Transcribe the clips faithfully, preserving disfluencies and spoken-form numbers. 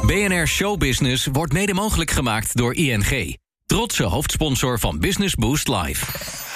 B N R Showbusiness wordt mede mogelijk gemaakt door I N G. Trotse hoofdsponsor van Business Boost Live.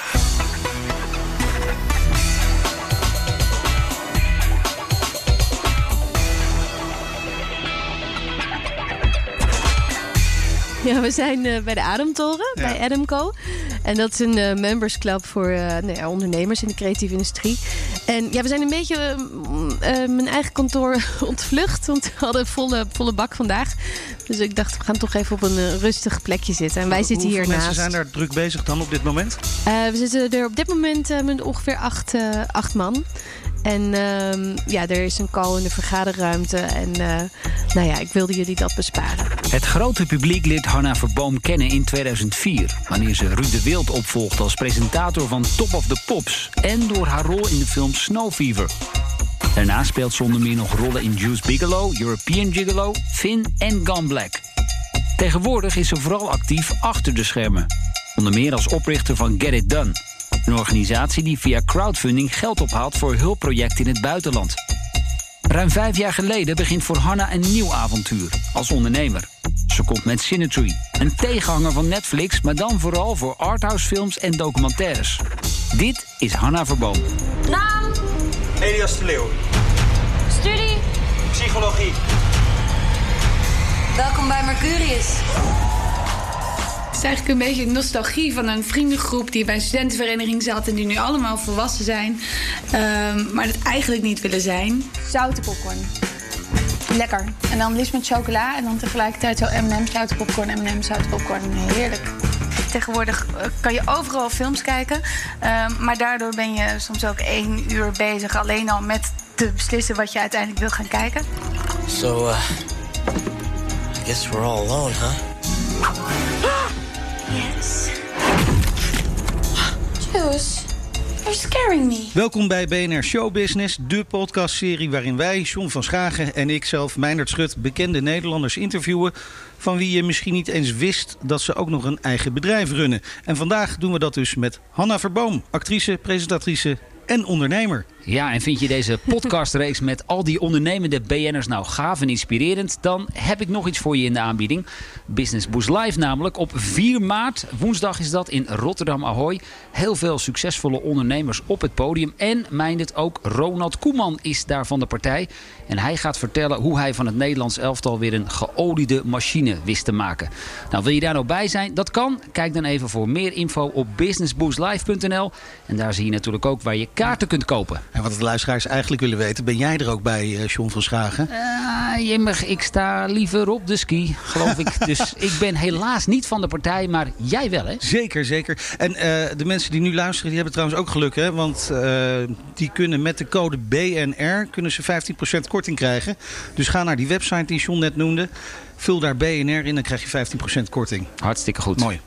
Ja, we zijn uh, bij de Ademtoren, ja. bij Ademco. En dat is een uh, members club voor uh, nou ja, ondernemers in de creatieve industrie. En ja, we zijn een beetje uh, uh, mijn eigen kantoor ontvlucht. Want we hadden een volle, volle bak vandaag. Dus ik dacht, we gaan toch even op een uh, rustig plekje zitten. En wij Hoe, zitten hiernaast. Hoeveel mensen zijn daar druk bezig dan op dit moment? Uh, we zitten er op dit moment uh, met ongeveer acht, uh, acht man. En uh, ja, er is een call in de vergaderruimte. En uh, nou ja, ik wilde jullie dat besparen. Het grote publiek leert Hanna Verboom kennen in tweeduizend vier... wanneer ze Ruud de Wild opvolgde als presentator van Top of the Pops... en door haar rol in de film Snow Fever. Daarna speelt ze onder meer nog rollen in Juice Bigelow, European Gigolo, Finn en Gone Black. Tegenwoordig is ze vooral actief achter de schermen. Onder meer als oprichter van Get It Done... een organisatie die via crowdfunding geld ophaalt voor hulpprojecten in het buitenland. Ruim vijf jaar geleden begint voor Hanna een nieuw avontuur als ondernemer. Ze komt met Cinetree, een tegenhanger van Netflix... maar dan vooral voor arthousefilms en documentaires. Dit is Hanna Verboom. Naam? Elias de Leeuw. Studie? Psychologie. Welkom bij Mercurius. Het is eigenlijk een beetje nostalgie van een vriendengroep die bij een studentenvereniging zat en die nu allemaal volwassen zijn, um, maar dat eigenlijk niet willen zijn. Zoute popcorn. Lekker. En dan liefst met chocola en dan tegelijkertijd zo M en M's, zoute popcorn, M en M's, zoute popcorn. Heerlijk. Tegenwoordig kan je overal films kijken, um, maar daardoor ben je soms ook één uur bezig alleen al met te beslissen wat je uiteindelijk wil gaan kijken. So, uh, I guess we're all alone, huh? Yes. Juice, you're scaring me. Welkom bij B N R Showbusiness, de podcastserie waarin wij, John van Schagen en ik zelf, Meindert Schut, bekende Nederlanders interviewen van wie je misschien niet eens wist dat ze ook nog een eigen bedrijf runnen. En vandaag doen we dat dus met Hanna Verboom, actrice, presentatrice en ondernemer. Ja, en vind je deze podcastreeks met al die ondernemende B N'ers nou gaaf en inspirerend? Dan heb ik nog iets voor je in de aanbieding. Business Boost Live namelijk. Op vier maart, woensdag is dat, in Rotterdam Ahoy. Heel veel succesvolle ondernemers op het podium. En mijnt ook Ronald Koeman is daar van de partij. En hij gaat vertellen hoe hij van het Nederlands elftal weer een geoliede machine wist te maken. Nou, wil je daar nou bij zijn? Dat kan. Kijk dan even voor meer info op business boost live punt n l. En daar zie je natuurlijk ook waar je kaarten kunt kopen. En wat de luisteraars eigenlijk willen weten, ben jij er ook bij, uh, John van Schagen? Uh, jemmig, ik sta liever op de ski, geloof ik. Dus ik ben helaas niet van de partij, maar jij wel, hè? Zeker, zeker. En uh, de mensen die nu luisteren, die hebben trouwens ook geluk, hè? Want uh, die kunnen met de code B N R kunnen ze vijftien procent korting krijgen. Dus ga naar die website die John net noemde. Vul daar B N R in, dan krijg je vijftien procent korting. Hartstikke goed. Mooi.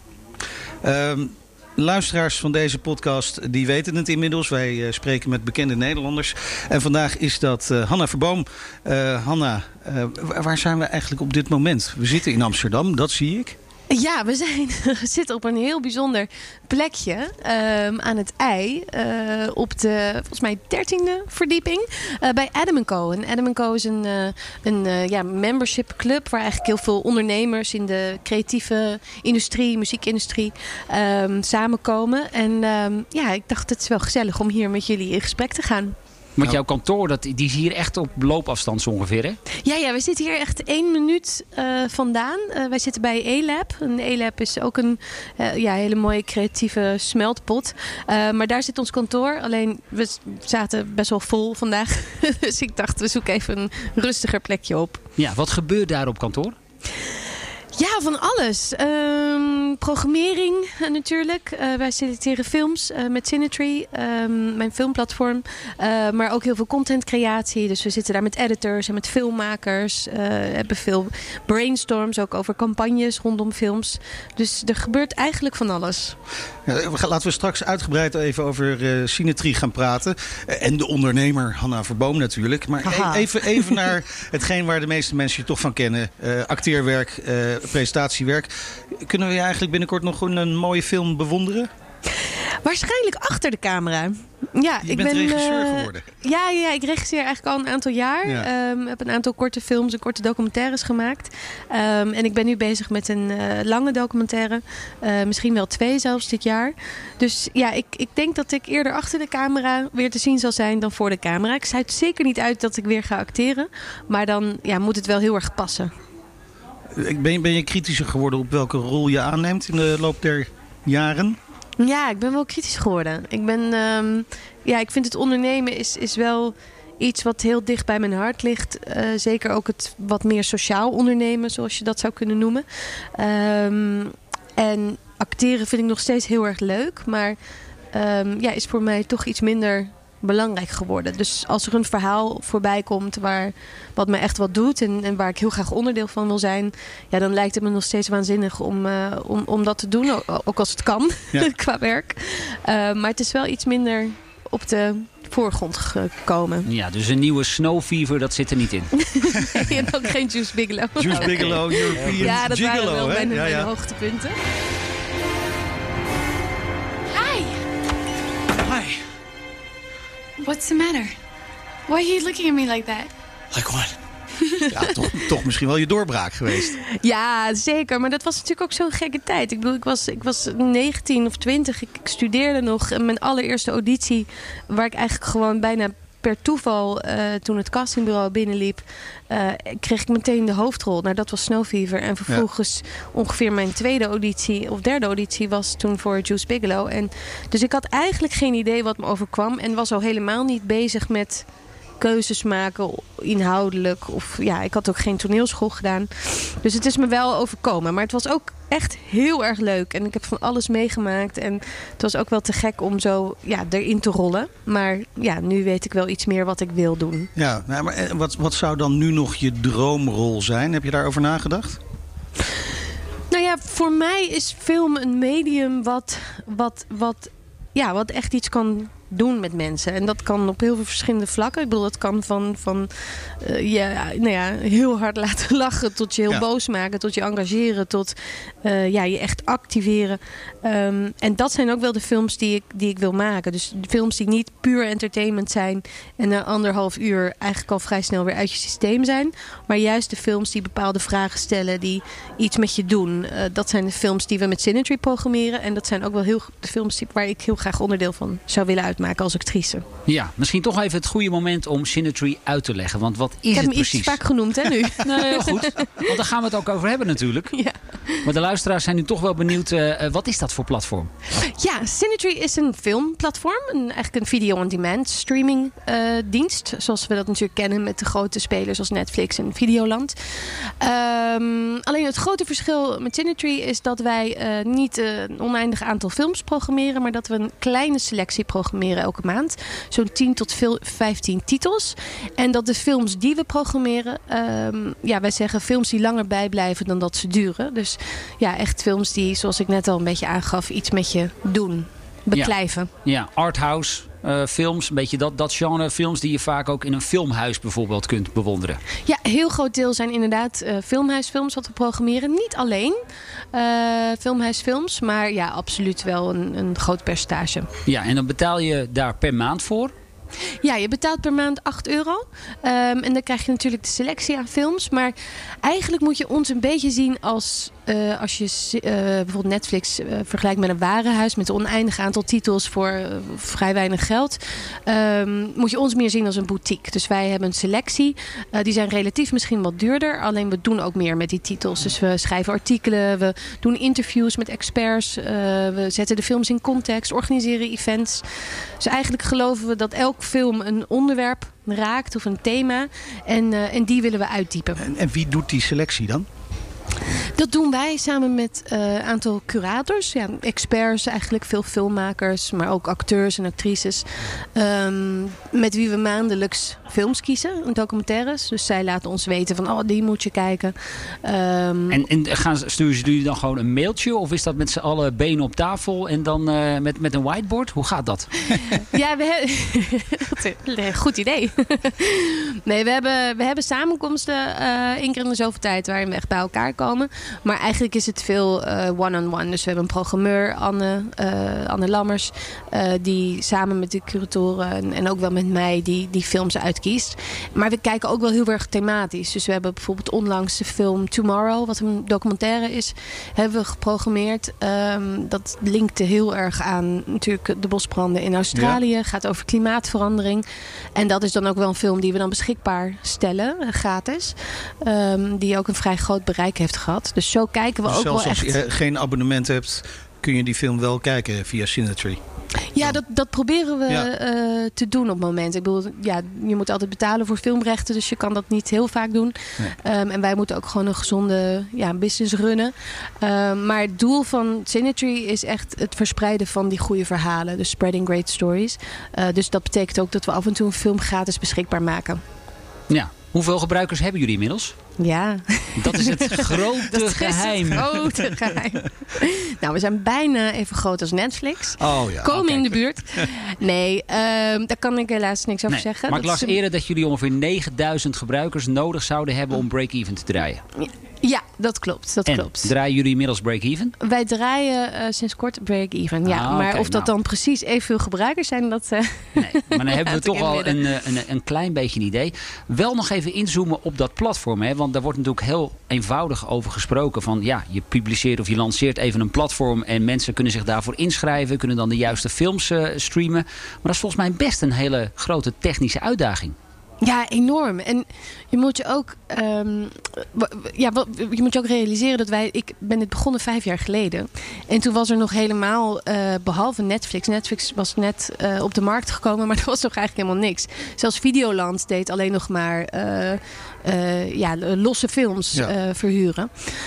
Um, Luisteraars van deze podcast, die weten het inmiddels. Wij uh, spreken met bekende Nederlanders. En vandaag is dat uh, Hanna Verboom. Uh, Hanna, uh, waar zijn we eigenlijk op dit moment? We zitten in Amsterdam, dat zie ik. Ja, we zijn, zitten op een heel bijzonder plekje um, aan het IJ. Uh, op de, volgens mij, dertiende verdieping. Uh, bij Adam en Co. En Adam en Co is een, uh, een uh, ja, membership club waar eigenlijk heel veel ondernemers in de creatieve industrie, muziekindustrie, um, samenkomen. En um, ja, ik dacht, het is wel gezellig om hier met jullie in gesprek te gaan. Want jouw kantoor, dat, die is hier echt op loopafstand zo ongeveer, hè? Ja, ja, we zitten hier echt één minuut uh, vandaan. Uh, wij zitten bij E-Lab. En E-Lab is ook een uh, ja, hele mooie creatieve smeltpot. Uh, maar daar zit ons kantoor. Alleen, we zaten best wel vol vandaag. Dus ik dacht, we zoeken even een rustiger plekje op. Ja, wat gebeurt daar op kantoor? Ja, van alles. Um, programmering uh, natuurlijk. Uh, wij selecteren films uh, met Cinetree, um, mijn filmplatform. Uh, maar ook heel veel contentcreatie. Dus we zitten daar met editors en met filmmakers. Uh, hebben veel brainstorms ook over campagnes rondom films. Dus er gebeurt eigenlijk van alles. Ja, laten we straks uitgebreid even over uh, Cinetree gaan praten. Uh, en de ondernemer Hanna Verboom natuurlijk. Maar e- even, even naar hetgeen waar de meeste mensen je toch van kennen. Uh, acteerwerk, uh, presentatiewerk. Kunnen we je eigenlijk binnenkort nog een, een mooie film bewonderen? Waarschijnlijk achter de camera. Ja, Je ik bent ben regisseur uh, geworden. Ja, ja, ik regisseer eigenlijk al een aantal jaar. Ik Ja. um, heb een aantal korte films en korte documentaires gemaakt. Um, en ik ben nu bezig met een uh, lange documentaire. Uh, misschien wel twee zelfs dit jaar. Dus ja, ik, ik denk dat ik eerder achter de camera weer te zien zal zijn dan voor de camera. Ik sluit zeker niet uit dat ik weer ga acteren. Maar dan ja, moet het wel heel erg passen. Ben je, ben je kritischer geworden op welke rol je aanneemt in de loop der jaren? Ja, ik ben wel kritisch geworden. Ik ben, um, ja, ik vind het ondernemen is, is wel iets wat heel dicht bij mijn hart ligt. Uh, zeker ook het wat meer sociaal ondernemen, zoals je dat zou kunnen noemen. Um, en acteren vind ik nog steeds heel erg leuk, maar um, ja, is voor mij toch iets minder belangrijk geworden. Dus als er een verhaal voorbij komt waar wat me echt wat doet en, en waar ik heel graag onderdeel van wil zijn, ja, dan lijkt het me nog steeds waanzinnig om, uh, om, om dat te doen, ook als het kan, ja. qua werk. Uh, maar het is wel iets minder op de voorgrond gekomen. Ja, dus een nieuwe Snow Fever, dat zit er niet in. Nee, en ook geen Juice Bigelow. Juice Bigelow, European Ja, dat Gigolo, waren wel hè? mijn, Ja, mijn ja. hoogtepunten. Hi. Hi. What's the matter? Why are you looking at me like that? Like what? Ja, toch, toch misschien wel je doorbraak geweest. Ja, zeker. Maar dat was natuurlijk ook zo'n gekke tijd. Ik bedoel, ik was, ik was negentien of twintig. Ik, ik studeerde nog. En mijn allereerste auditie, waar ik eigenlijk gewoon bijna per toeval, uh, toen het castingbureau binnenliep, uh, kreeg ik meteen de hoofdrol. Nou, dat was Snow Fever. En vervolgens ja. ongeveer mijn tweede auditie, of derde auditie, was toen voor Juice Bigelow. En dus ik had eigenlijk geen idee wat me overkwam. En was al helemaal niet bezig met keuzes maken, inhoudelijk. Of ja, ik had ook geen toneelschool gedaan. Dus het is me wel overkomen. Maar het was ook echt heel erg leuk. En ik heb van alles meegemaakt. En het was ook wel te gek om zo ja, erin te rollen. Maar ja, nu weet ik wel iets meer wat ik wil doen. Ja, nou, maar wat, wat zou dan nu nog je droomrol zijn? Heb je daarover nagedacht? Nou ja, voor mij is film een medium wat, wat, wat, ja, wat echt iets kan doen met mensen. En dat kan op heel veel verschillende vlakken. Ik bedoel, dat kan van, van uh, ja, nou ja, heel hard laten lachen, tot je heel ja. boos maken, tot je engageren, tot uh, ja, je echt activeren. Um, en dat zijn ook wel de films die ik, die ik wil maken. Dus de films die niet puur entertainment zijn en na anderhalf uur eigenlijk al vrij snel weer uit je systeem zijn. Maar juist de films die bepaalde vragen stellen, die iets met je doen. Uh, dat zijn de films die we met Cinetree programmeren. En dat zijn ook wel heel de films die, waar ik heel graag onderdeel van zou willen uitmaken als actrice. Ja, misschien toch even het goede moment om Cinetree uit te leggen. Want wat is ik het precies? Ik heb hem iets vaak genoemd, hè, nu? Nee, heel goed. Want daar gaan we het ook over hebben natuurlijk. Ja. Maar de luisteraars zijn nu toch wel benieuwd. Uh, wat is dat voor platform? Ja, Cinetree is een filmplatform. Een, eigenlijk een video-on-demand streaming uh, dienst. Zoals we dat natuurlijk kennen met de grote spelers als Netflix en Videoland. Um, alleen het grote verschil met Cinetree is dat wij uh, niet uh, een oneindig aantal films programmeren. Maar dat we een kleine selectie programmeren elke maand. Zo'n tien tot vijftien titels. En dat de films die we programmeren, um, ja, wij zeggen films die langer bijblijven dan dat ze duren. Dus ja, echt films die, zoals ik net al een beetje aangaf, iets met je doen. Beklijven. Ja, ja, arthouse uh, films, een beetje dat, dat genre films die je vaak ook in een filmhuis bijvoorbeeld kunt bewonderen. Ja, een heel groot deel zijn inderdaad uh, filmhuisfilms wat we programmeren. Niet alleen uh, filmhuisfilms, maar ja, absoluut wel een, een groot percentage. Ja, en dan betaal je daar per maand voor? Ja, je betaalt per maand acht euro. Um, en dan krijg je natuurlijk de selectie aan films. Maar eigenlijk moet je ons een beetje zien als uh, als je uh, bijvoorbeeld Netflix uh, vergelijkt met een warenhuis met een oneindig aantal titels voor uh, vrij weinig geld. Um, moet je ons meer zien als een boutique. Dus wij hebben een selectie. Uh, die zijn relatief misschien wat duurder. Alleen we doen ook meer met die titels. Dus we schrijven artikelen. We doen interviews met experts. Uh, we zetten de films in context. Organiseren events. Dus eigenlijk geloven we dat elk film een onderwerp raakt of een thema. En, uh, en die willen we uitdiepen. En, en wie doet die selectie dan? Dat doen wij samen met een uh, aantal curators, ja, experts eigenlijk, veel filmmakers, maar ook acteurs en actrices. Um, met wie we maandelijks films kiezen, documentaires. Dus zij laten ons weten van, oh, die moet je kijken. Um, en en gaan, sturen ze jullie dan gewoon een mailtje? Of is dat met z'n allen benen op tafel en dan uh, met, met een whiteboard? Hoe gaat dat? Ja, we hebben... Goed idee. Nee, we hebben, we hebben samenkomsten uh, één keer in de zoveel tijd waarin we echt bij elkaar komen. Maar eigenlijk is het veel uh, one-on-one. Dus we hebben een programmeur, Anne, uh, Anne Lammers, uh, die samen met de curatoren en, en ook wel met mij die, die films uitkiest. Maar we kijken ook wel heel erg thematisch. Dus we hebben bijvoorbeeld onlangs de film Tomorrow, wat een documentaire is, hebben we geprogrammeerd. Um, dat linkte heel erg aan natuurlijk de bosbranden in Australië. Ja. Gaat over klimaatverandering. En dat is dan ook wel een film die we dan beschikbaar stellen, gratis. Um, die ook een vrij groot bereik heeft gehad. Dus zo kijken we dus ook zelfs wel echt. Als je geen abonnement hebt, kun je die film wel kijken via Cinetree. Ja, dat, dat proberen we ja. uh, te doen op het moment. Ik bedoel, ja, je moet altijd betalen voor filmrechten, dus je kan dat niet heel vaak doen. Nee. Um, en wij moeten ook gewoon een gezonde ja, business runnen. Um, maar het doel van Cinetree is echt het verspreiden van die goede verhalen. Dus spreading great stories. Uh, dus dat betekent ook dat we af en toe een film gratis beschikbaar maken. Ja. Hoeveel gebruikers hebben jullie inmiddels? Ja. Dat is het grote dat is geheim. Het grote geheim. Nou, we zijn bijna even groot als Netflix. Oh ja. Komen okay. in de buurt. Nee, um, daar kan ik helaas niks over nee, zeggen. Maar ik dat las is... eerder dat jullie ongeveer negenduizend gebruikers nodig zouden hebben om break-even te draaien. Ja, dat klopt. Dat en, klopt. draaien jullie inmiddels break-even? Wij draaien uh, sinds kort break-even. Ja, ah, maar okay, of dat nou. dan precies evenveel gebruikers zijn, dat... Uh, nee, maar dan hebben we toch al een, een, een klein beetje een idee. Wel nog even inzoomen op dat platform. Hè? Want daar wordt natuurlijk heel eenvoudig over gesproken. Van ja, je publiceert of je lanceert even een platform en mensen kunnen zich daarvoor inschrijven. Kunnen dan de juiste films uh, streamen. Maar dat is volgens mij best een hele grote technische uitdaging. Ja, enorm. En je moet je ook, um, ja, je moet je ook realiseren dat wij... Ik ben dit begonnen vijf jaar geleden. En toen was er nog helemaal, uh, behalve Netflix... Netflix was net uh, op de markt gekomen, maar er was nog eigenlijk helemaal niks. Zelfs Videoland deed alleen nog maar uh, uh, ja, losse films ja. uh, verhuren.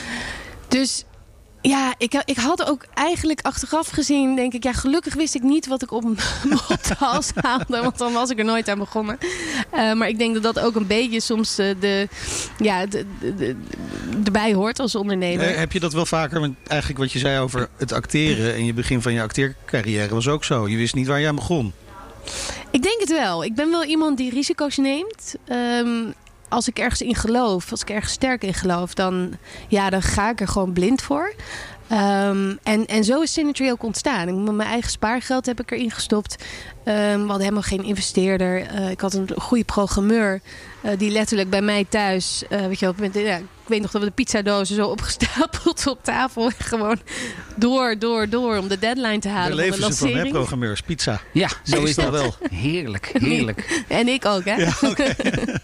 Dus... Ja, ik, ik had ook eigenlijk achteraf gezien, denk ik... ja, gelukkig wist ik niet wat ik op mijn hals haalde... want dan was ik er nooit aan begonnen. Uh, maar ik denk dat dat ook een beetje soms uh, de, ja, de, de, de, erbij hoort als ondernemer. Eh, heb je dat wel vaker? Want eigenlijk wat je zei over het acteren... en je begin van je acteercarrière was ook zo. Je wist niet waar je aan begon. Ik denk het wel. Ik ben wel iemand die risico's neemt... Um, Als ik ergens in geloof, als ik ergens sterk in geloof, dan, ja, dan ga ik er gewoon blind voor. Um, en, en zo is Cinetree ook ontstaan. Ik, met mijn eigen spaargeld heb ik erin gestopt. Um, we hadden helemaal geen investeerder. Uh, ik had een goede programmeur uh, die letterlijk bij mij thuis... Uh, weet je wel, met, ja, ik weet nog dat we de pizzadozen zo opgestapeld op tafel... en gewoon door, door, door om de deadline te halen. Daar leven ze van, hè, programmeurs. Pizza. Ja, zo is dat wel. Heerlijk, heerlijk. En ik ook, hè? Ja, okay.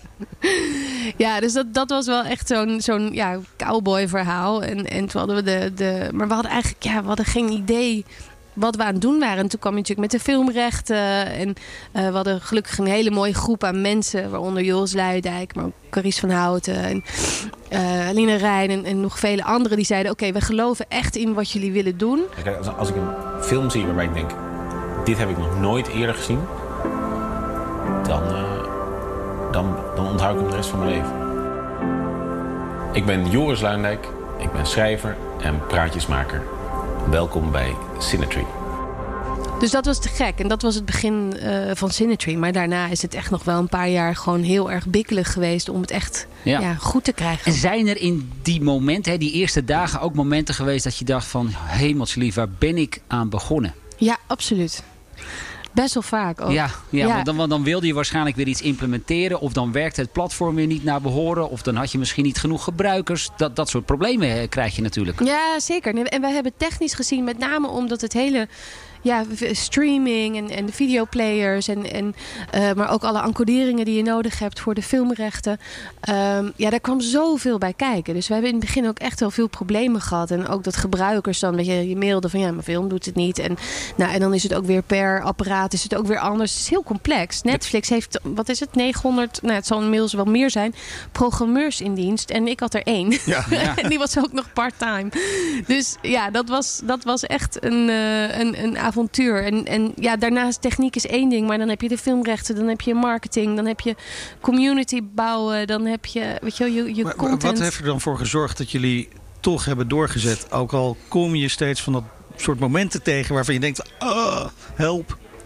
Ja, dus dat, dat was wel echt zo'n, zo'n ja, cowboy verhaal. En, en toen hadden we de, de... Maar we hadden eigenlijk ja, we hadden geen idee wat we aan het doen waren. En toen kwam je natuurlijk met de filmrechten. En uh, we hadden gelukkig een hele mooie groep aan mensen. Waaronder Joris Luijendijk, maar ook Carice van Houten. En uh, Aline Rijn en, en nog vele anderen. Die zeiden, oké, okay, we geloven echt in wat jullie willen doen. Kijk, als, als ik een film zie waarbij ik denk... dit heb ik nog nooit eerder gezien... dan... Uh... Dan, dan onthoud ik hem de rest van mijn leven. Ik ben Joris Luijendijk, ik ben schrijver en praatjesmaker. Welkom bij Cinetree. Dus dat was te gek. En dat was het begin uh, van Cinetree. Maar daarna is het echt nog wel een paar jaar gewoon heel erg bikkelig geweest... om het echt ja. Ja, goed te krijgen. En zijn er in die momenten, hè, die eerste dagen... ook momenten geweest dat je dacht van... hemelslief, waar ben ik aan begonnen? Ja, absoluut. Best wel vaak ook. Ja, ja, ja. Want, dan, want dan wilde je waarschijnlijk weer iets implementeren. Of dan werkte het platform weer niet naar behoren. Of dan had je misschien niet genoeg gebruikers. Dat, dat soort problemen krijg je natuurlijk. Ja, zeker. En wij hebben technisch gezien met name omdat het hele... Ja, streaming en, en de videoplayers en, en, uh, maar ook alle encoderingen die je nodig hebt voor de filmrechten. Um, ja, daar kwam zoveel bij kijken. Dus we hebben in het begin ook echt wel veel problemen gehad. En ook dat gebruikers dan, weet je, je mailde van ja, mijn film doet het niet. En, nou, en dan is het ook weer per apparaat, is het ook weer anders. Het is heel complex. Netflix heeft, wat is het, negenhonderd, nou het zal inmiddels wel meer zijn, programmeurs in dienst. En ik had er één. Ja, ja. En die was ook nog part-time. Dus ja, dat was, dat was echt een, uh, een, een avontuur. En, en ja, daarnaast techniek is één ding, maar dan heb je de filmrechten, dan heb je marketing, dan heb je community bouwen, dan heb je, weet je, je, je maar, content. Wat heeft er dan voor gezorgd dat jullie toch hebben doorgezet? Ook al kom je steeds van dat soort momenten tegen waarvan je denkt, oh, help.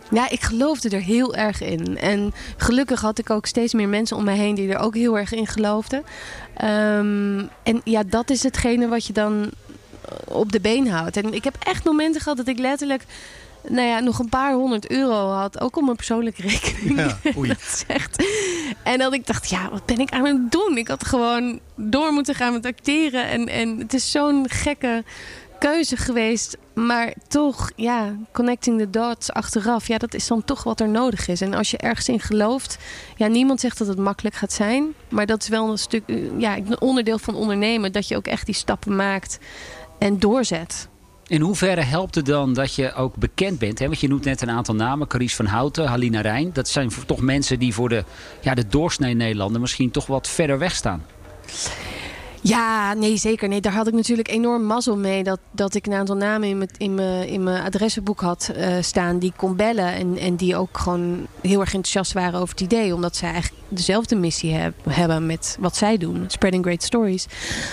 Ja, ik geloofde er heel erg in. En gelukkig had ik ook steeds meer mensen om mij heen die er ook heel erg in geloofden. Um, en ja, dat is hetgene wat je dan op de been houdt. En ik heb echt momenten gehad dat ik letterlijk nou ja, nog een paar honderd euro had. Ook op mijn persoonlijke rekening. Ja, oei. Dat is echt... En dan ik dacht, ja, wat ben ik aan het doen? Ik had gewoon door moeten gaan met acteren. En, en het is zo'n gekke keuze geweest. Maar toch, ja, connecting the dots achteraf. Ja, dat is dan toch wat er nodig is. En als je ergens in gelooft. Ja, niemand zegt dat het makkelijk gaat zijn. Maar dat is wel een stuk, ja, een onderdeel van ondernemen. Dat je ook echt die stappen maakt en doorzet. In hoeverre helpt het dan dat je ook bekend bent? Hè? Want je noemt net een aantal namen. Carice van Houten, Halina Reijn. Dat zijn toch mensen die voor de, ja, de doorsnee Nederlander misschien toch wat verder weg staan. Ja, nee, zeker. Nee, daar had ik natuurlijk enorm mazzel mee. Dat, dat ik een aantal namen in mijn, in mijn, in mijn adressenboek had uh, staan die ik kon bellen. En, en die ook gewoon heel erg enthousiast waren over het idee. Omdat zij eigenlijk dezelfde missie heb, hebben met wat zij doen. Spreading great stories.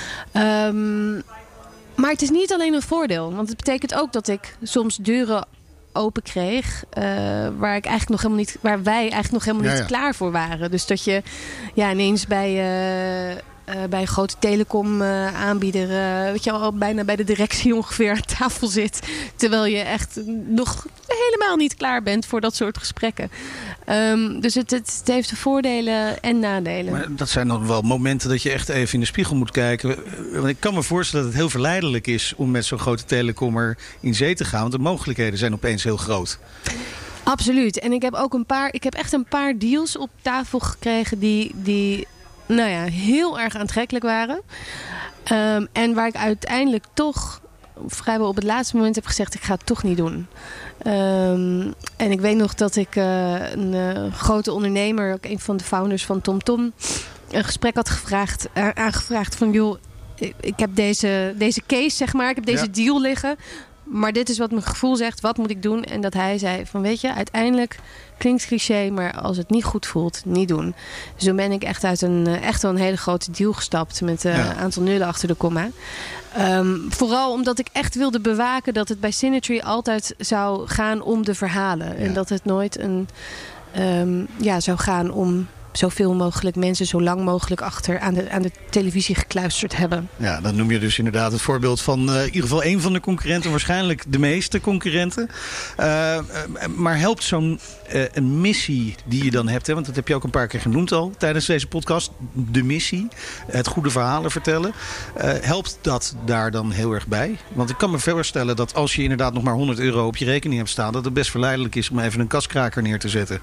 Um, maar het is niet alleen een voordeel. Want het betekent ook dat ik soms deuren open kreeg. Uh, waar ik eigenlijk nog helemaal niet, waar wij eigenlijk nog helemaal ja, niet ja. klaar voor waren. Dus dat je ja, ineens bij Uh, Uh, bij een grote telecom uh, aanbieder, uh, weet je al, bijna bij de directie ongeveer aan tafel zit. Terwijl je echt nog helemaal niet klaar bent voor dat soort gesprekken. Um, dus het, het, het heeft de voordelen en nadelen. Maar dat zijn dan wel momenten dat je echt even in de spiegel moet kijken. Want ik kan me voorstellen dat het heel verleidelijk is om met zo'n grote telecommer in zee te gaan. Want de mogelijkheden zijn opeens heel groot. Absoluut. En ik heb ook een paar, ik heb echt een paar deals op tafel gekregen die, die nou ja, heel erg aantrekkelijk waren. Um, en waar ik uiteindelijk toch vrijwel op het laatste moment heb gezegd, ik ga het toch niet doen. Um, en ik weet nog dat ik uh, een uh, grote ondernemer, ook een van de founders van TomTom, een gesprek had gevraagd, uh, aangevraagd van joh, ik, ik heb deze, deze case, zeg maar, ik heb deze ja. deal liggen. Maar dit is wat mijn gevoel zegt, wat moet ik doen? En dat hij zei van weet je, uiteindelijk klinkt cliché, maar als het niet goed voelt, niet doen. Dus toen ben ik echt uit een echt wel een hele grote deal gestapt met een ja. aantal nullen achter de komma. Um, vooral omdat ik echt wilde bewaken dat het bij Cinetree altijd zou gaan om de verhalen. Ja. En dat het nooit een um, ja, zou gaan om zoveel mogelijk mensen zo lang mogelijk achter aan de, aan de televisie gekluisterd hebben. Ja, dan noem je dus inderdaad het voorbeeld van uh, in ieder geval één van de concurrenten, waarschijnlijk de meeste concurrenten. Uh, uh, maar helpt zo'n uh, een missie die je dan hebt, hè, want dat heb je ook een paar keer genoemd al tijdens deze podcast, de missie, het goede verhalen vertellen. Uh, helpt dat daar dan heel erg bij? Want ik kan me voorstellen dat als je inderdaad nog maar honderd euro op je rekening hebt staan, dat het best verleidelijk is om even een kaskraker neer te zetten.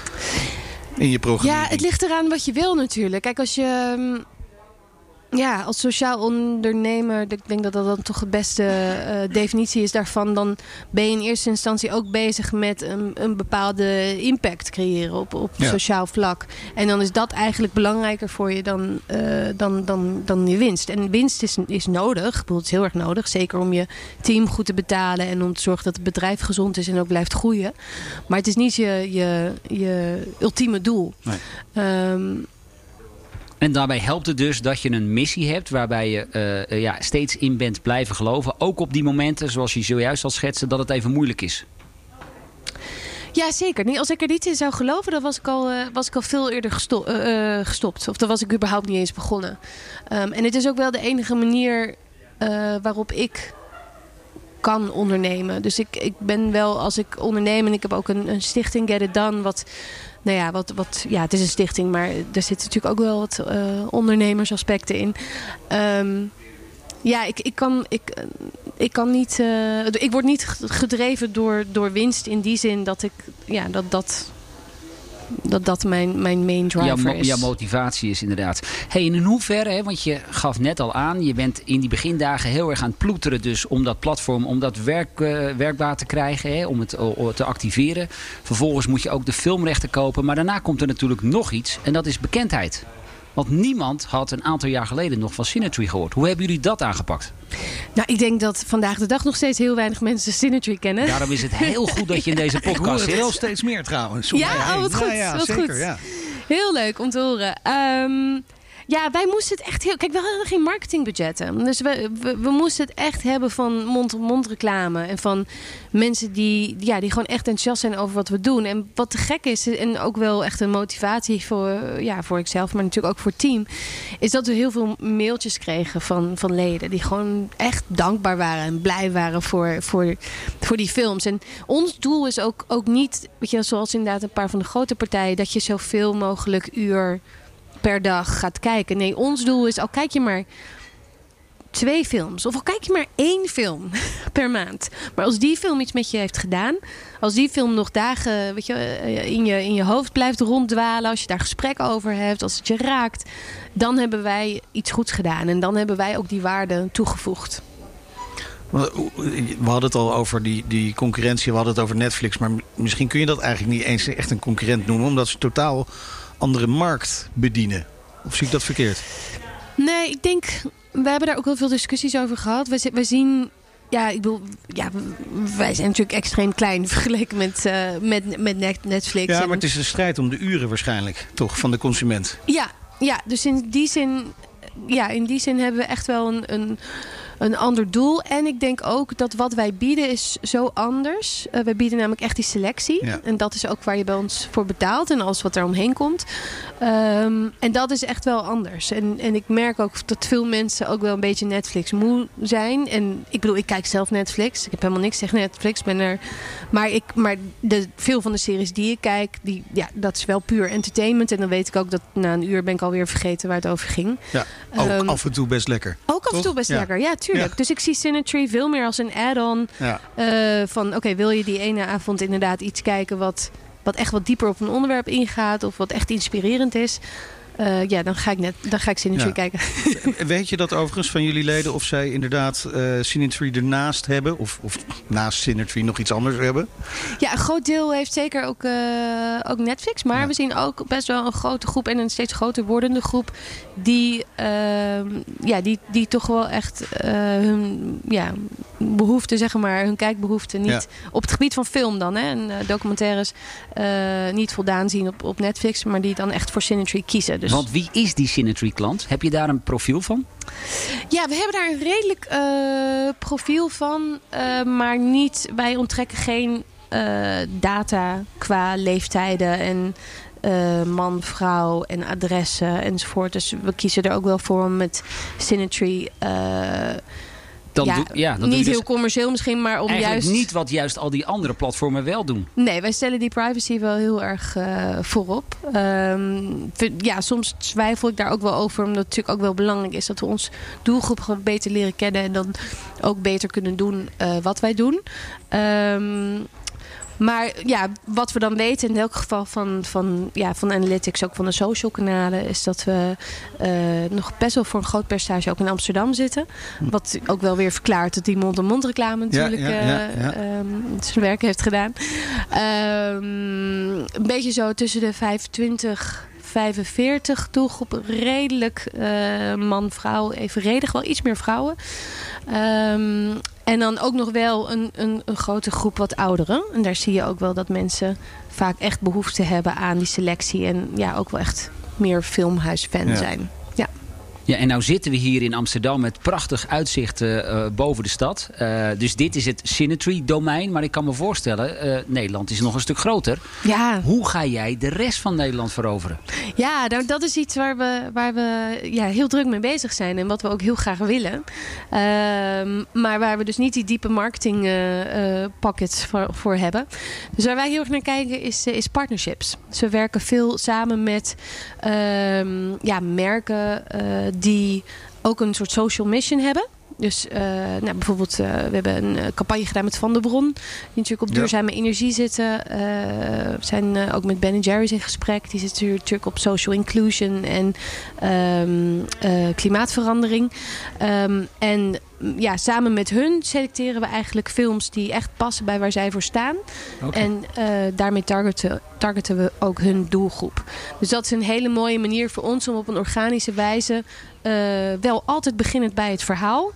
In je programma. Ja, het ligt eraan wat je wil natuurlijk. Kijk, als je ja, als sociaal ondernemer, ik denk dat dat dan toch de beste uh, definitie is daarvan, dan ben je in eerste instantie ook bezig met een, een bepaalde impact creëren op, op ja. sociaal vlak. En dan is dat eigenlijk belangrijker voor je dan, uh, dan, dan, dan je winst. En winst is, is nodig. Ik bedoel, het is heel erg nodig. Zeker om je team goed te betalen en om te zorgen dat het bedrijf gezond is en ook blijft groeien. Maar het is niet je, je, je ultieme doel. Nee. Um, En daarbij helpt het dus dat je een missie hebt waarbij je uh, ja, steeds in bent blijven geloven. Ook op die momenten, zoals je zojuist al schetste, dat het even moeilijk is. Ja, zeker. Nee, als ik er niet in zou geloven, dan was ik al, uh, was ik al veel eerder gesto- uh, gestopt. Of dan was ik überhaupt niet eens begonnen. Um, en het is ook wel de enige manier uh, waarop ik kan ondernemen. Dus ik, ik ben wel, als ik onderneem, en ik heb ook een, een stichting Get It Done, wat... Nou ja, wat, wat, ja, het is een stichting, maar er zitten natuurlijk ook wel wat uh, ondernemersaspecten in. Um, ja, ik, ik, kan, ik, ik kan niet. Uh, ik word niet gedreven door, door winst in die zin dat ik. Ja, dat dat. Dat dat mijn, mijn main driver jouw, is. Jouw motivatie is inderdaad. Hey, en in hoeverre, hè, want je gaf net al aan, je bent in die begindagen heel erg aan het ploeteren dus om dat platform, om dat werk, uh, werkbaar te krijgen, hè, om het uh, te activeren. Vervolgens moet je ook de filmrechten kopen, maar daarna komt er natuurlijk nog iets en dat is bekendheid. Want niemand had een aantal jaar geleden nog van Cinetree gehoord. Hoe hebben jullie dat aangepakt? Nou, ik denk dat vandaag de dag nog steeds heel weinig mensen Cinetree kennen. Daarom is het heel goed dat je in deze podcast zit. Ik hoor het wel steeds meer trouwens. Ja, oh, wat goed. Ja, ja, wat zeker, goed. Ja. Heel leuk om te horen. Um, Ja, wij moesten het echt heel... Kijk, we hadden geen marketingbudgetten. Dus we, we, we moesten het echt hebben van mond-op-mond reclame. En van mensen die, ja, die gewoon echt enthousiast zijn over wat we doen. En wat te gek is, en ook wel echt een motivatie voor, ja, voor ikzelf, maar natuurlijk ook voor het team, is dat we heel veel mailtjes kregen van, van leden. Die gewoon echt dankbaar waren en blij waren voor, voor, voor die films. En ons doel is ook, ook niet, weet je, zoals inderdaad een paar van de grote partijen, dat je zoveel mogelijk uur per dag gaat kijken. Nee, ons doel is, al kijk je maar twee films, of al kijk je maar één film per maand. Maar als die film iets met je heeft gedaan, als die film nog dagen, weet je, in je, in je hoofd blijft ronddwalen, als je daar gesprek over hebt, als het je raakt, dan hebben wij iets goeds gedaan. En dan hebben wij ook die waarde toegevoegd. We hadden het al over die, die concurrentie, we hadden het over Netflix, maar misschien kun je dat eigenlijk niet eens echt een concurrent noemen, omdat ze totaal andere markt bedienen. Of zie ik dat verkeerd? Nee, ik denk, we hebben daar ook heel veel discussies over gehad. We, we zien, ja, ik bedoel, ja, wij zijn natuurlijk extreem klein vergeleken met, uh, met, met Netflix. Ja, maar het is een strijd om de uren waarschijnlijk, toch, van de consument. Ja, ja, dus in die zin, ja, in die zin hebben we echt wel een, een een ander doel. En ik denk ook dat wat wij bieden is zo anders. Uh, wij bieden namelijk echt die selectie. Ja. En dat is ook waar je bij ons voor betaalt. En alles wat er omheen komt. Um, en dat is echt wel anders. En, en ik merk ook dat veel mensen ook wel een beetje Netflix moe zijn. En ik bedoel, ik kijk zelf Netflix. Ik heb helemaal niks tegen Netflix. Ben er, maar ik, maar de, veel van de series die ik kijk, die, ja, dat is wel puur entertainment. En dan weet ik ook dat na een uur ben ik alweer vergeten waar het over ging. Ja, ook um, af en toe best lekker. Ook af en toe best ja. lekker, ja, tuurlijk. Ja. Dus ik zie Cinetree veel meer als een add-on. Ja. Uh, van oké, okay, wil je die ene avond inderdaad iets kijken wat, wat echt wat dieper op een onderwerp ingaat, of wat echt inspirerend is. Uh, ja, dan ga ik net, dan ga ik Cinetree ja. kijken. Weet je dat overigens van jullie leden of zij inderdaad uh, Cinetree ernaast hebben? Of, of naast Cinetree nog iets anders hebben? Ja, een groot deel heeft zeker ook, uh, ook Netflix. Maar ja. we zien ook best wel een grote groep en een steeds groter wordende groep die, uh, ja, die, die toch wel echt uh, hun ja, behoeften, zeg maar, hun kijkbehoeften niet ja. op het gebied van film dan, hè, en uh, documentaires uh, niet voldaan zien op, op Netflix, maar die dan echt voor Cinetree kiezen. Dus want wie is die Cinetree-klant? Heb je daar een profiel van? Ja, we hebben daar een redelijk uh, profiel van. Uh, maar niet, wij onttrekken geen uh, data qua leeftijden en uh, man, vrouw en adressen enzovoort. Dus we kiezen er ook wel voor om met Cinetree Uh, Dan ja, doe, ja, dan niet doe je dus heel commercieel misschien, maar om eigenlijk juist niet wat juist al die andere platformen wel doen. Nee, wij stellen die privacy wel heel erg uh, voorop. Um, ja, soms twijfel ik daar ook wel over, omdat het natuurlijk ook wel belangrijk is dat we ons doelgroep gewoon beter leren kennen en dan ook beter kunnen doen uh, wat wij doen. Um, Maar ja, wat we dan weten in elk geval van, van, ja, van analytics, ook van de social kanalen, is dat we uh, nog best wel voor een groot percentage ook in Amsterdam zitten. Wat ook wel weer verklaart dat die mond-en-mond reclame natuurlijk ja, ja, ja, ja. Uh, um, zijn werk heeft gedaan. Um, een beetje zo tussen de vijfentwintig, vijfenveertig doelgroep. Redelijk uh, man-vrouw, evenredig. Wel iets meer vrouwen. Um, En dan ook nog wel een, een, een grote groep wat ouderen. En daar zie je ook wel dat mensen vaak echt behoefte hebben aan die selectie. En ja, ook wel echt meer filmhuisfan ja. zijn. Ja. Ja, en nou zitten we hier in Amsterdam met prachtig uitzicht uh, boven de stad. Uh, dus dit is het Cinetree-domein. Maar ik kan me voorstellen, uh, Nederland is nog een stuk groter. Ja. Hoe ga jij de rest van Nederland veroveren? Ja, nou, dat is iets waar we, waar we ja, heel druk mee bezig zijn. En wat we ook heel graag willen. Uh, maar waar we dus niet die diepe marketing uh, uh, pockets voor, voor hebben. Dus waar wij heel erg naar kijken is, uh, is partnerships. Dus we werken veel samen met uh, ja, merken Uh, die ook een soort social mission hebben. Dus uh, nou, bijvoorbeeld, uh, we hebben een uh, campagne gedaan met Van der Bron. Die natuurlijk op duurzame ja. energie zitten. Uh, we zijn uh, ook met Ben en Jerry's in gesprek. Die zitten natuurlijk op social inclusion en um, uh, klimaatverandering. Um, en ja, samen met hun selecteren we eigenlijk films die echt passen bij waar zij voor staan. Okay. En uh, daarmee targeten, targeten we ook hun doelgroep. Dus dat is een hele mooie manier voor ons om op een organische wijze Uh, wel altijd beginnend bij het verhaal.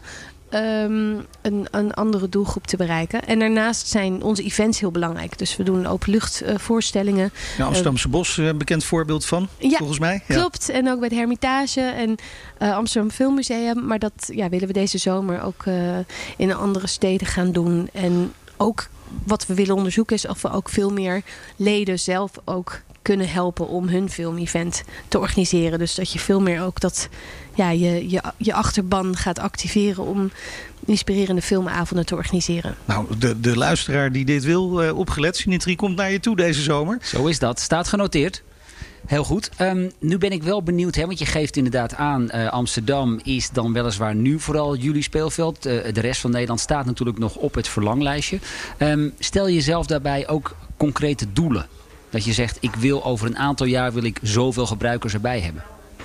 um, een, een andere doelgroep te bereiken. En daarnaast zijn onze events heel belangrijk. Dus we doen openluchtvoorstellingen. Uh, ja, Amsterdamse Bos, een bekend voorbeeld van, ja, volgens mij. Ja, klopt. En ook bij de Hermitage en uh, Amsterdam Filmmuseum. Maar dat ja, willen we deze zomer ook uh, in andere steden gaan doen. En ook wat we willen onderzoeken is of we ook veel meer leden zelf ook kunnen helpen om hun filmevent te organiseren. Dus dat je veel meer ook dat ja, je, je, je achterban gaat activeren om inspirerende filmavonden te organiseren. Nou, de, de luisteraar die dit wil, uh, opgelet, Sinetri komt naar je toe deze zomer. Zo is dat. Staat genoteerd. Heel goed. Um, nu ben ik wel benieuwd, hè, want je geeft inderdaad aan, uh, Amsterdam is dan weliswaar nu vooral jullie speelveld. Uh, de rest van Nederland staat natuurlijk nog op het verlanglijstje. Um, stel jezelf daarbij ook concrete doelen. Dat je zegt, ik wil over een aantal jaar wil ik zoveel gebruikers erbij hebben.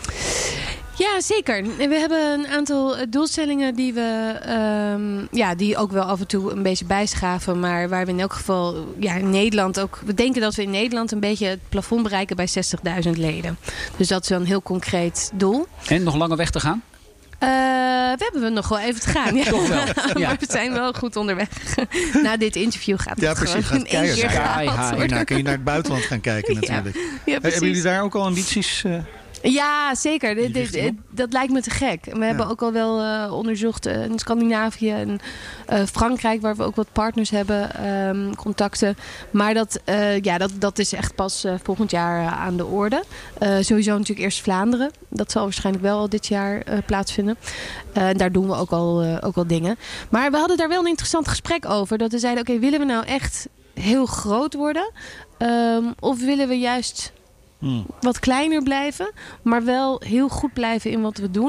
Ja, zeker. We hebben een aantal doelstellingen die we um, ja, die ook wel af en toe een beetje bijschaven. Maar waar we in elk geval ja, in Nederland ook. We denken dat we in Nederland een beetje het plafond bereiken bij zestigduizend leden. Dus dat is wel een heel concreet doel. En nog langer weg te gaan? Uh, we hebben nog wel even te gaan. Ja. Toch wel. Ja. Maar we zijn wel goed onderweg. Na dit interview gaat het ja, precies, gewoon gaat in één keer gehaald worden. Daarna kun je naar het buitenland gaan kijken natuurlijk. Ja, ja, hebben jullie daar ook al ambities? Uh... Ja, zeker. Dit, dit, dit, dat lijkt me te gek. We hebben ja. ook al wel uh, onderzocht uh, in Scandinavië en uh, Frankrijk, waar we ook wat partners hebben, um, contacten. Maar dat, uh, ja, dat, dat is echt pas uh, volgend jaar uh, aan de orde. Uh, sowieso natuurlijk eerst Vlaanderen. Dat zal waarschijnlijk wel al dit jaar uh, plaatsvinden. Uh, en daar doen we ook al, uh, ook al dingen. Maar we hadden daar wel een interessant gesprek over. Dat we zeiden, oké, okay, willen we nou echt heel groot worden? Um, of willen we juist Hmm. wat kleiner blijven, maar wel heel goed blijven in wat we doen.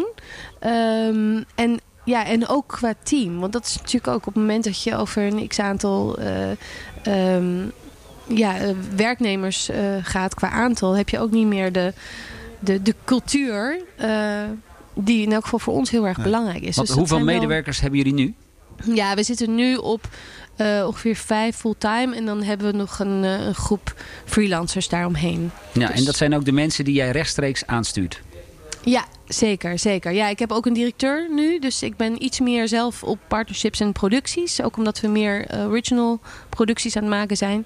Um, en, ja, en ook qua team. Want dat is natuurlijk ook op het moment dat je over een x-aantal uh, um, ja, uh, werknemers uh, gaat qua aantal, heb je ook niet meer de, de, de cultuur uh, die in elk geval voor ons heel erg ja. belangrijk is. Want dus hoeveel medewerkers wel... hebben jullie nu? Ja, we zitten nu op Uh, ongeveer vijf fulltime. En dan hebben we nog een, uh, een groep freelancers daaromheen. Ja, dus... en dat zijn ook de mensen die jij rechtstreeks aanstuurt? Ja, zeker, zeker. Ja, ik heb ook een directeur nu. Dus ik ben iets meer zelf op partnerships en producties. Ook omdat we meer uh, original producties aan het maken zijn.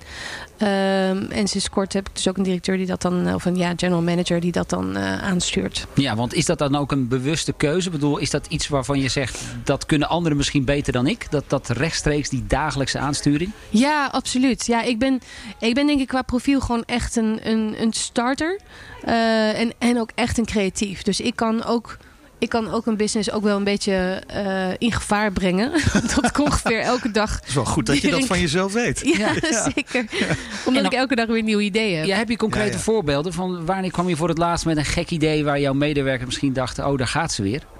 Um, en sinds kort heb ik dus ook een directeur die dat dan, of een ja, general manager die dat dan uh, aanstuurt. Ja, want is dat dan ook een bewuste keuze? Ik bedoel, is dat iets waarvan je zegt, dat kunnen anderen misschien beter dan ik? Dat, dat rechtstreeks die dagelijkse aansturing? Ja, absoluut. Ja, ik ben, ik ben denk ik qua profiel gewoon echt een, een, een starter. Uh, en, en ook echt een creatief. Dus ik kan ook... Ik kan ook een business ook wel een beetje uh, in gevaar brengen. Dat ik ongeveer elke dag... Het is wel goed dat je dat van jezelf weet. Ja, ja. zeker. Omdat dan, ik elke dag weer een nieuw idee heb. Ja, heb je concrete ja, ja. voorbeelden van wanneer kwam je voor het laatst met een gek idee waar jouw medewerker misschien dacht, oh, daar gaat ze weer?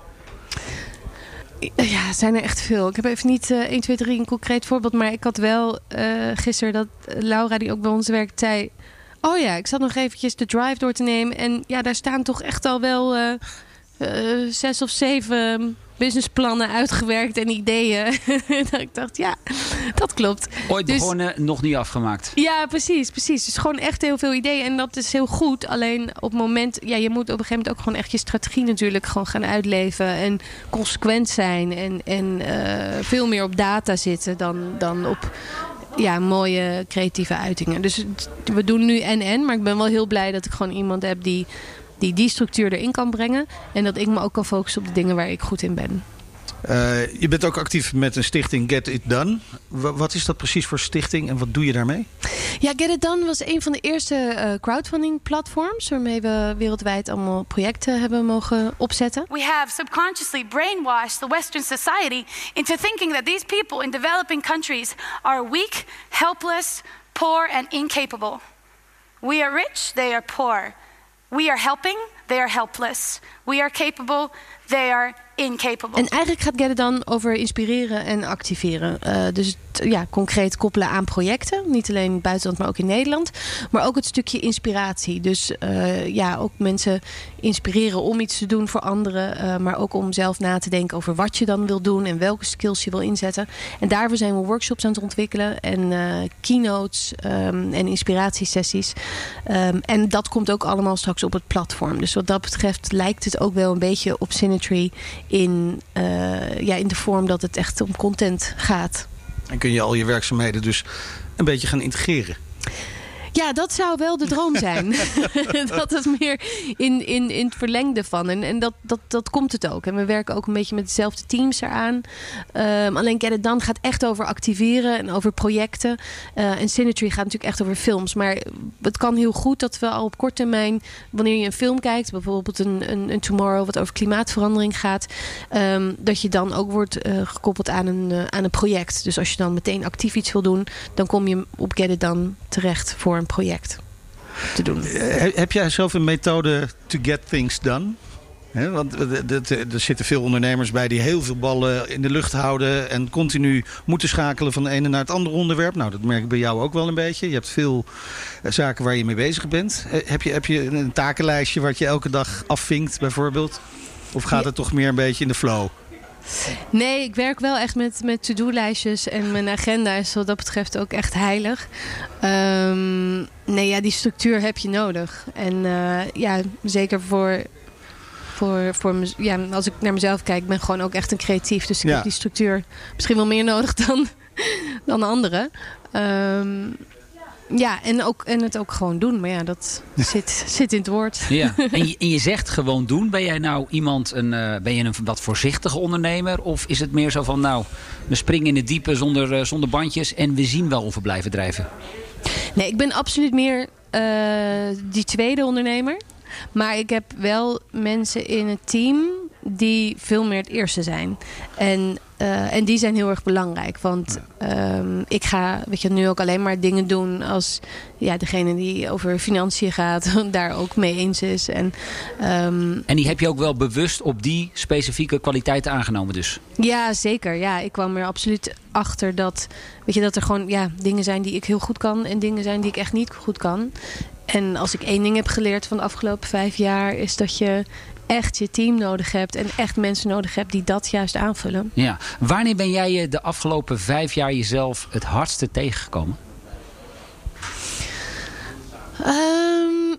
Ja, zijn er echt veel. Ik heb even niet uh, één, twee, drie een concreet voorbeeld. Maar ik had wel uh, gisteren dat Laura, die ook bij ons werkt, zei... Oh ja, ik zat nog eventjes de drive door te nemen. En ja, daar staan toch echt al wel... Uh, Uh, zes of zeven businessplannen uitgewerkt en ideeën. Dat ik dacht, ja, dat klopt. Ooit dus, begonnen, nog niet afgemaakt. Ja, precies, precies. Dus gewoon echt heel veel ideeën. En dat is heel goed. Alleen op het moment, ja, je moet op een gegeven moment ook gewoon echt je strategie natuurlijk gewoon gaan uitleven. En consequent zijn. En, en uh, veel meer op data zitten dan, dan op... Ja, mooie creatieve uitingen. Dus we doen nu en-en. Maar ik ben wel heel blij dat ik gewoon iemand heb die... die die structuur erin kan brengen. En dat ik me ook kan focussen op de dingen waar ik goed in ben. Uh, je bent ook actief met een stichting Get It Done. W- wat is dat precies voor stichting en wat doe je daarmee? Ja, Get It Done was een van de eerste uh, crowdfunding platforms... waarmee we wereldwijd allemaal projecten hebben mogen opzetten. We have subconsciously brainwashed the Western society into thinking that these people in developing countries are weak, helpless, poor and incapable. We are rich, they are poor. We are helping, they are helpless. We are capable, they are incapable. En eigenlijk gaat Get It Done over inspireren en activeren. Uh, dus het, ja, concreet koppelen aan projecten. Niet alleen in het buitenland, maar ook in Nederland. Maar ook het stukje inspiratie. Dus uh, ja, ook mensen inspireren om iets te doen voor anderen. Uh, maar ook om zelf na te denken over wat je dan wil doen. En welke skills je wil inzetten. En daarvoor zijn we workshops aan het ontwikkelen. En uh, keynotes um, en inspiratiesessies. Um, en dat komt ook allemaal straks op het platform. Dus wat dat betreft lijkt het ook wel een beetje op Cinetree in, uh, ja, in de vorm dat het echt om content gaat. En kun je al je werkzaamheden dus een beetje gaan integreren? Ja, dat zou wel de droom zijn. Dat is meer in, in, in het verlengde van. En, en dat, dat, dat komt het ook. En we werken ook een beetje met dezelfde teams eraan. Um, alleen Get It Done gaat echt over activeren en over projecten. Uh, en Cinetree gaat natuurlijk echt over films. Maar het kan heel goed dat we al op korte termijn, wanneer je een film kijkt, bijvoorbeeld een, een, een Tomorrow wat over klimaatverandering gaat, um, dat je dan ook wordt uh, gekoppeld aan een, uh, aan een project. Dus als je dan meteen actief iets wil doen, dan kom je op Get It Done terecht voor een project te doen. Heb jij zelf een methode to get things done? He, want er zitten veel ondernemers bij die heel veel ballen in de lucht houden en continu moeten schakelen van de ene naar het andere onderwerp. Nou, dat merk ik bij jou ook wel een beetje. Je hebt veel zaken waar je mee bezig bent. Heb je, heb je een takenlijstje wat je elke dag afvinkt bijvoorbeeld? Of gaat het toch meer een beetje in de flow? Nee, ik werk wel echt met, met to-do-lijstjes. En mijn agenda is wat dat betreft ook echt heilig. Um, nee, ja, die structuur heb je nodig. En uh, ja, zeker voor... Voor, voor mez- ja, als ik naar mezelf kijk, ben ik gewoon ook echt een creatief. Dus ik Ja. heb die structuur misschien wel meer nodig dan, dan anderen. Um, ja, en, ook, en het ook gewoon doen. Maar ja, dat zit, zit in het woord. Ja. En, je, en je zegt gewoon doen. Ben jij nou iemand, een, uh, ben je een wat voorzichtige ondernemer? Of is het meer zo van, nou, we springen in het diepe zonder, uh, zonder bandjes en we zien wel of we blijven drijven? Nee, ik ben absoluut meer uh, die tweede ondernemer. Maar ik heb wel mensen in het team die veel meer het eerste zijn. En, uh, en die zijn heel erg belangrijk. Want um, ik ga weet je, nu ook alleen maar dingen doen als ja, degene die over financiën gaat, daar ook mee eens is. En, um, en die heb je ook wel bewust op die specifieke kwaliteiten aangenomen dus? Ja, zeker. Ja, ik kwam er absoluut achter dat, weet je, dat er gewoon ja, dingen zijn die ik heel goed kan en dingen zijn die ik echt niet goed kan. En als ik één ding heb geleerd van de afgelopen vijf jaar, is dat je echt je team nodig hebt en echt mensen nodig hebt die dat juist aanvullen. Ja. Wanneer ben jij je de afgelopen vijf jaar jezelf het hardste tegengekomen? Um,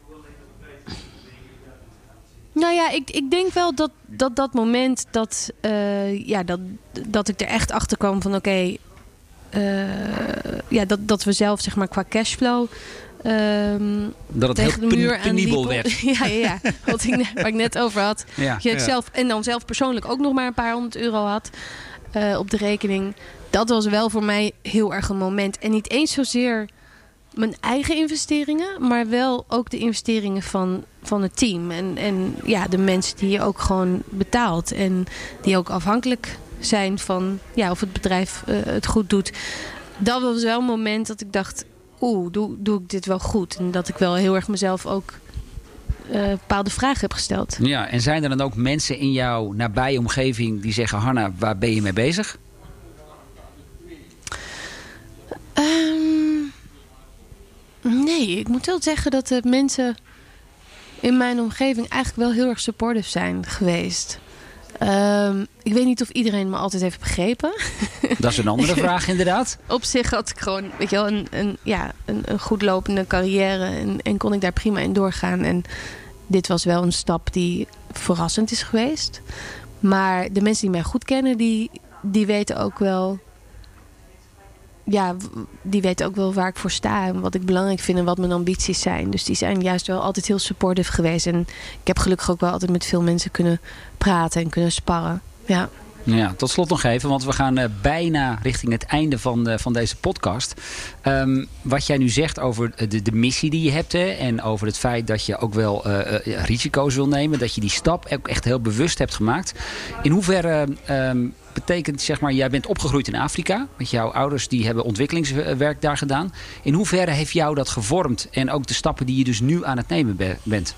nou ja, ik, ik denk wel dat dat, dat moment dat, uh, ja, dat, dat ik er echt achter kwam van oké, okay, uh, ja, dat, dat we zelf zeg maar qua cashflow Um, dat het tegen heel de muur penibel werd. ja, ja, ja. Wat ik, waar ik net over had. Ja. Je Ja. zelf, en dan zelf persoonlijk ook nog maar een paar honderd euro had uh, op de rekening. Dat was wel voor mij heel erg een moment. En niet eens zozeer mijn eigen investeringen, maar wel ook de investeringen van, van het team. En, en ja, de mensen die je ook gewoon betaalt. En die ook afhankelijk zijn van ja, of het bedrijf uh, het goed doet. Dat was wel een moment dat ik dacht, oeh, doe, doe ik dit wel goed? En dat ik wel heel erg mezelf ook uh, bepaalde vragen heb gesteld. Ja, en zijn er dan ook mensen in jouw nabije omgeving die zeggen, Hanna, waar ben je mee bezig? Um, nee, ik moet wel zeggen dat de mensen in mijn omgeving eigenlijk wel heel erg supportive zijn geweest. Um, ik weet niet of iedereen me altijd heeft begrepen. Dat is een andere vraag inderdaad. Op zich had ik gewoon weet je wel, een, een, ja, een, een goed lopende carrière. En, en kon ik daar prima in doorgaan. En dit was wel een stap die verrassend is geweest. Maar de mensen die mij goed kennen, die, die weten ook wel... Ja, die weten ook wel waar ik voor sta en wat ik belangrijk vind en wat mijn ambities zijn. Dus die zijn juist wel altijd heel supportive geweest. En ik heb gelukkig ook wel altijd met veel mensen kunnen praten en kunnen sparren. Ja. Ja, tot slot nog even, want we gaan uh, bijna richting het einde van, uh, van deze podcast. Um, wat jij nu zegt over de, de missie die je hebt hè, en over het feit dat je ook wel uh, uh, risico's wil nemen, dat je die stap ook echt heel bewust hebt gemaakt. In hoeverre um, betekent, zeg maar, jij bent opgegroeid in Afrika, met jouw ouders die hebben ontwikkelingswerk daar gedaan. In hoeverre heeft jou dat gevormd en ook de stappen die je dus nu aan het nemen be- bent?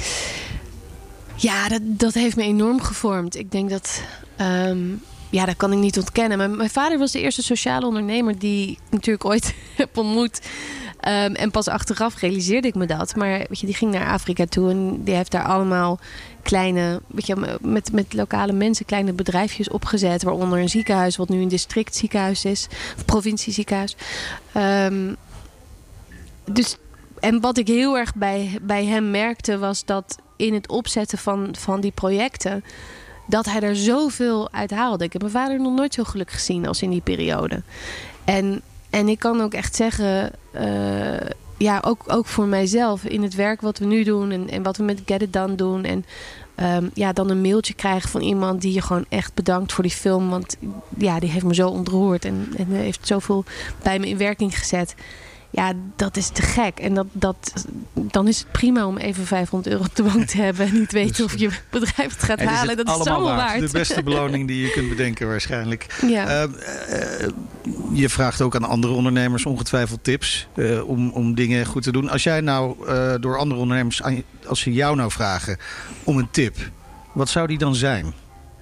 Ja, dat, dat heeft me enorm gevormd. Ik denk dat... Um, ja, dat kan ik niet ontkennen. Maar mijn vader was de eerste sociale ondernemer die ik natuurlijk ooit heb ontmoet. Um, en pas achteraf realiseerde ik me dat. Maar weet je, die ging naar Afrika toe en die heeft daar allemaal kleine, weet je, met, met lokale mensen kleine bedrijfjes opgezet. Waaronder een ziekenhuis, wat nu een districtziekenhuis is. Of provincieziekenhuis. Um, dus, en wat ik heel erg bij, bij hem merkte was dat in het opzetten van, van die projecten, dat hij er zoveel uit haalde. Ik heb mijn vader nog nooit zo gelukkig gezien als in die periode. En, en ik kan ook echt zeggen, uh, ja, ook, ook voor mijzelf in het werk wat we nu doen en, en wat we met Get It Done doen. En um, ja, dan een mailtje krijgen van iemand die je gewoon echt bedankt voor die film. Want ja, die heeft me zo ontroerd en, en heeft zoveel bij me in werking gezet. Ja, dat is te gek. En dat, dat, dan is het prima om even vijfhonderd euro op de bank te hebben en niet weten of je bedrijf het gaat halen. Dat is het allemaal waard. De beste beloning die je kunt bedenken waarschijnlijk. Ja. Uh, uh, je vraagt ook aan andere ondernemers ongetwijfeld tips uh, om, om dingen goed te doen. Als jij nou uh, door andere ondernemers, als ze jou nou vragen om een tip, wat zou die dan zijn?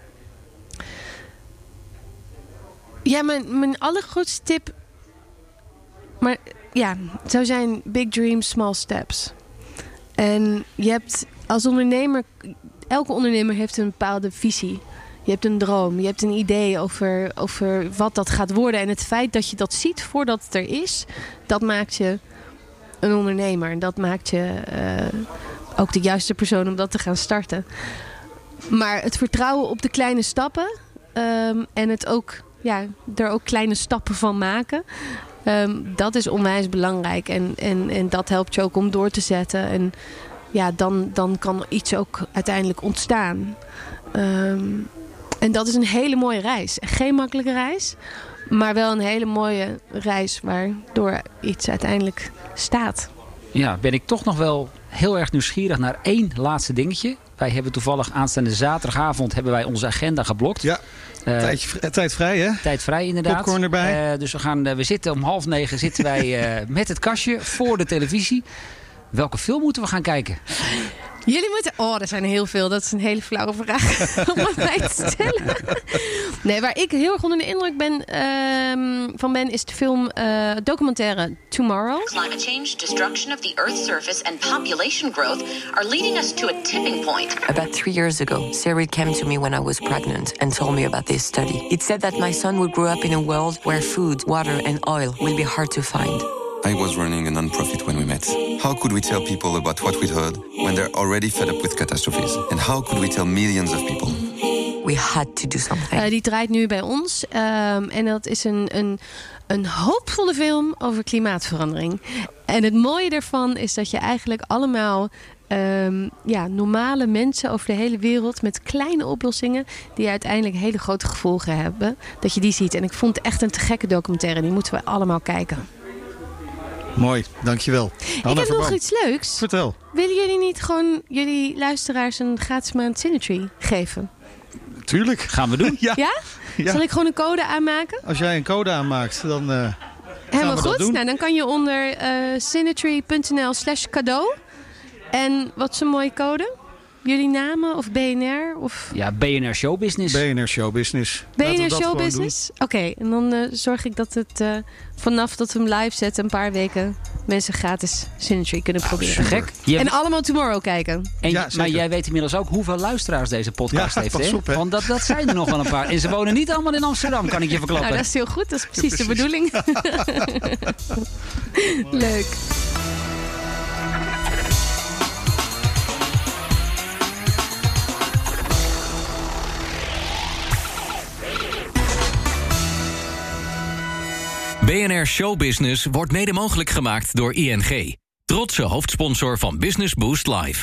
Ja, mijn, mijn allergrootste tip, maar ja, het zou zijn big dreams, small steps. En je hebt als ondernemer, elke ondernemer heeft een bepaalde visie. Je hebt een droom, je hebt een idee over, over wat dat gaat worden. En het feit dat je dat ziet voordat het er is, dat maakt je een ondernemer. En dat maakt je uh, ook de juiste persoon om dat te gaan starten. Maar het vertrouwen op de kleine stappen um, en het ook, ja, er ook kleine stappen van maken. Um, dat is onwijs belangrijk. En, en, en dat helpt je ook om door te zetten. En ja, dan, dan kan iets ook uiteindelijk ontstaan. Um, en dat is een hele mooie reis. Geen makkelijke reis. Maar wel een hele mooie reis waardoor iets uiteindelijk staat. Ja, ben ik toch nog wel heel erg nieuwsgierig naar één laatste dingetje. Wij hebben toevallig aanstaande zaterdagavond hebben wij onze agenda geblokt. Ja. Uh, Tijdje, tijd vrij, hè? Tijd vrij, inderdaad. Popcorn erbij. Uh, dus we, gaan, uh, we zitten om half negen zitten wij uh, met het kastje voor de televisie. Welke film moeten we gaan kijken? Jullie moeten... Oh, er zijn heel veel. Dat is een hele flauwe vraag om aan mij te stellen. Nee, waar ik heel erg onder de indruk ben, uh, van ben... is de film uh, documentaire Tomorrow. Climate change, destruction of the Earth's surface and population growth are leading us to a tipping point. About three years ago, Sarit came to me when I was pregnant and told me about this study. It said that my son would grow up in a world where food, water and oil will be hard to find. I was running a non-profit when we met. How could we tell people about what we'd heard when they're already fed up with catastrophes? And how could we tell millions of people? We had to do something. Uh, die draait nu bij ons. Um, en dat is een, een, een hoopvolle film over klimaatverandering. En het mooie daarvan is dat je eigenlijk allemaal... Um, ja, normale mensen over de hele wereld met kleine oplossingen die uiteindelijk hele grote gevolgen hebben, dat je die ziet. En ik vond het echt een te gekke documentaire. Die moeten we allemaal kijken. Mooi, dankjewel. Hanna ik heb Verboom. nog iets leuks. Vertel. Willen jullie niet gewoon jullie luisteraars een gratis maand Cinetree geven? Tuurlijk. Gaan we doen. Ja. Ja? Ja. Zal ik gewoon een code aanmaken? Als jij een code aanmaakt, dan uh, Helemaal we dat goed. doen. Nou, dan kan je onder uh, cinetree.nl slash cadeau. En wat is een mooie code? Jullie namen of B N R? Of... Ja, B N R Showbusiness. B N R Showbusiness. B N R Showbusiness? Oké, okay, en dan uh, zorg ik dat het uh, vanaf dat we hem live zetten een paar weken mensen gratis Cinetree kunnen Ah, proberen. Gek. Je... En allemaal Tomorrow kijken. En, ja, maar jij weet inmiddels ook hoeveel luisteraars deze podcast ja, heeft. Pas hè? op, hè? Want dat, dat zijn er nog wel een paar. En ze wonen niet allemaal in Amsterdam, kan ik je verklappen. Nou, dat is heel goed. Dat is precies, ja, precies. de bedoeling. Leuk. B N R Showbusiness wordt mede mogelijk gemaakt door I N G. Trotse hoofdsponsor van Business Boost Live.